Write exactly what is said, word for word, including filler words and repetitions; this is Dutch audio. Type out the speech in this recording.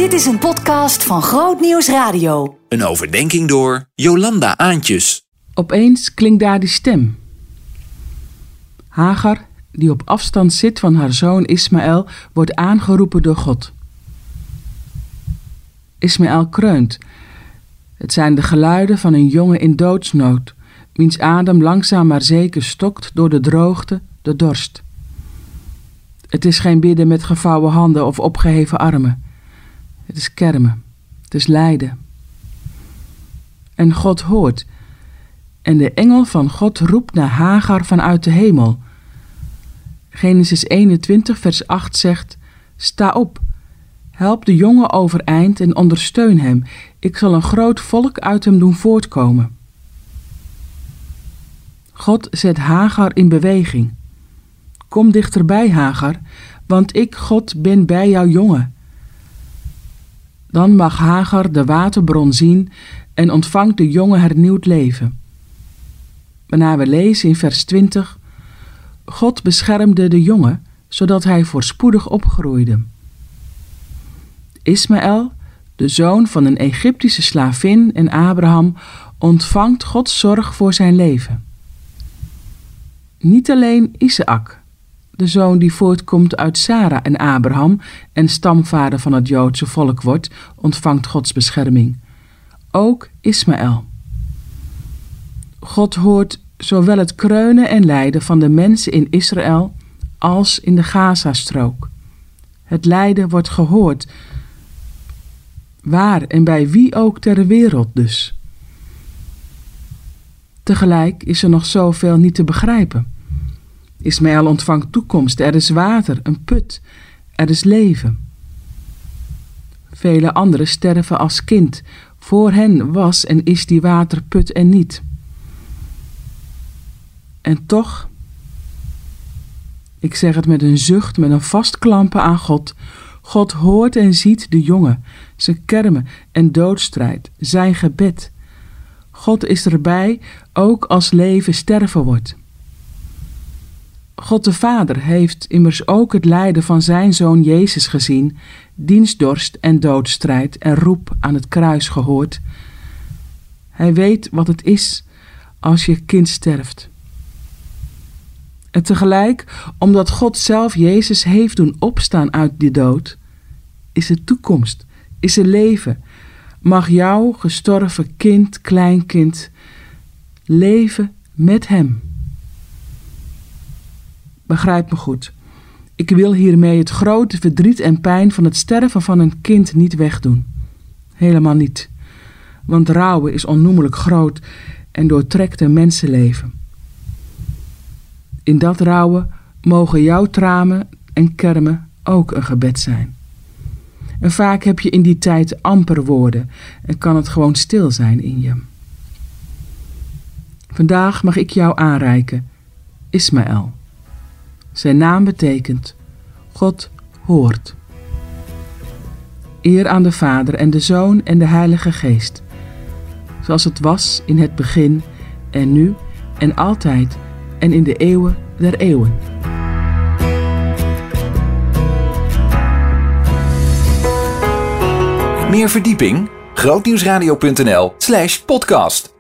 Dit is een podcast van Groot Nieuws Radio. Een overdenking door Jolanda Aantjes. Opeens klinkt daar die stem. Hagar, die op afstand zit van haar zoon Ismaël, wordt aangeroepen door God. Ismaël kreunt. Het zijn de geluiden van een jongen in doodsnood, wiens adem langzaam maar zeker stokt door de droogte, de dorst. Het is geen bidden met gevouwen handen of opgeheven armen. Het is kermen. Het is lijden. En God hoort. En de engel van God roept naar Hagar vanuit de hemel. Genesis eenentwintig vers acht zegt: Sta op, help de jongen overeind en ondersteun hem. Ik zal een groot volk uit hem doen voortkomen. God zet Hagar in beweging. Kom dichterbij, Hagar, want ik, God, ben bij jouw jongen. Dan mag Hagar de waterbron zien en ontvangt de jongen hernieuwd leven. Waarna we lezen in vers twintig: God beschermde de jongen, zodat hij voorspoedig opgroeide. Ismaël, de zoon van een Egyptische slavin en Abraham, ontvangt Gods zorg voor zijn leven. Niet alleen Isaak, de zoon die voortkomt uit Sara en Abraham en stamvader van het Joodse volk wordt, ontvangt Gods bescherming. Ook Ismaël. God hoort zowel het kreunen en lijden van de mensen in Israël als in de Gazastrook. Het lijden wordt gehoord, waar en bij wie ook ter wereld dus. Tegelijk is er nog zoveel niet te begrijpen. Ismaël ontvangt toekomst, er is water, een put, er is leven. Vele anderen sterven als kind, voor hen was en is die waterput er niet. En toch, ik zeg het met een zucht, met een vastklampen aan God, God hoort en ziet de jongen, zijn kermen en doodstrijd, zijn gebed. God is erbij, ook als leven sterven wordt. God de Vader heeft immers ook het lijden van zijn zoon Jezus gezien, diens dorst en doodstrijd en roep aan het kruis gehoord. Hij weet wat het is als je kind sterft. En tegelijk, omdat God zelf Jezus heeft doen opstaan uit die dood, is er toekomst, is er leven. Mag jouw gestorven kind, kleinkind, leven met hem. Begrijp me goed. Ik wil hiermee het grote verdriet en pijn van het sterven van een kind niet wegdoen. Helemaal niet. Want rouwen is onnoemelijk groot en doortrekt een mensenleven. In dat rouwen mogen jouw tranen en kermen ook een gebed zijn. En vaak heb je in die tijd amper woorden en kan het gewoon stil zijn in je. Vandaag mag ik jou aanreiken, Ismaël. Zijn naam betekent God hoort. Eer aan de Vader en de Zoon en de Heilige Geest, zoals het was in het begin en nu en altijd en in de eeuwen der eeuwen. Meer verdieping? grootnieuwsradio punt n l slash podcast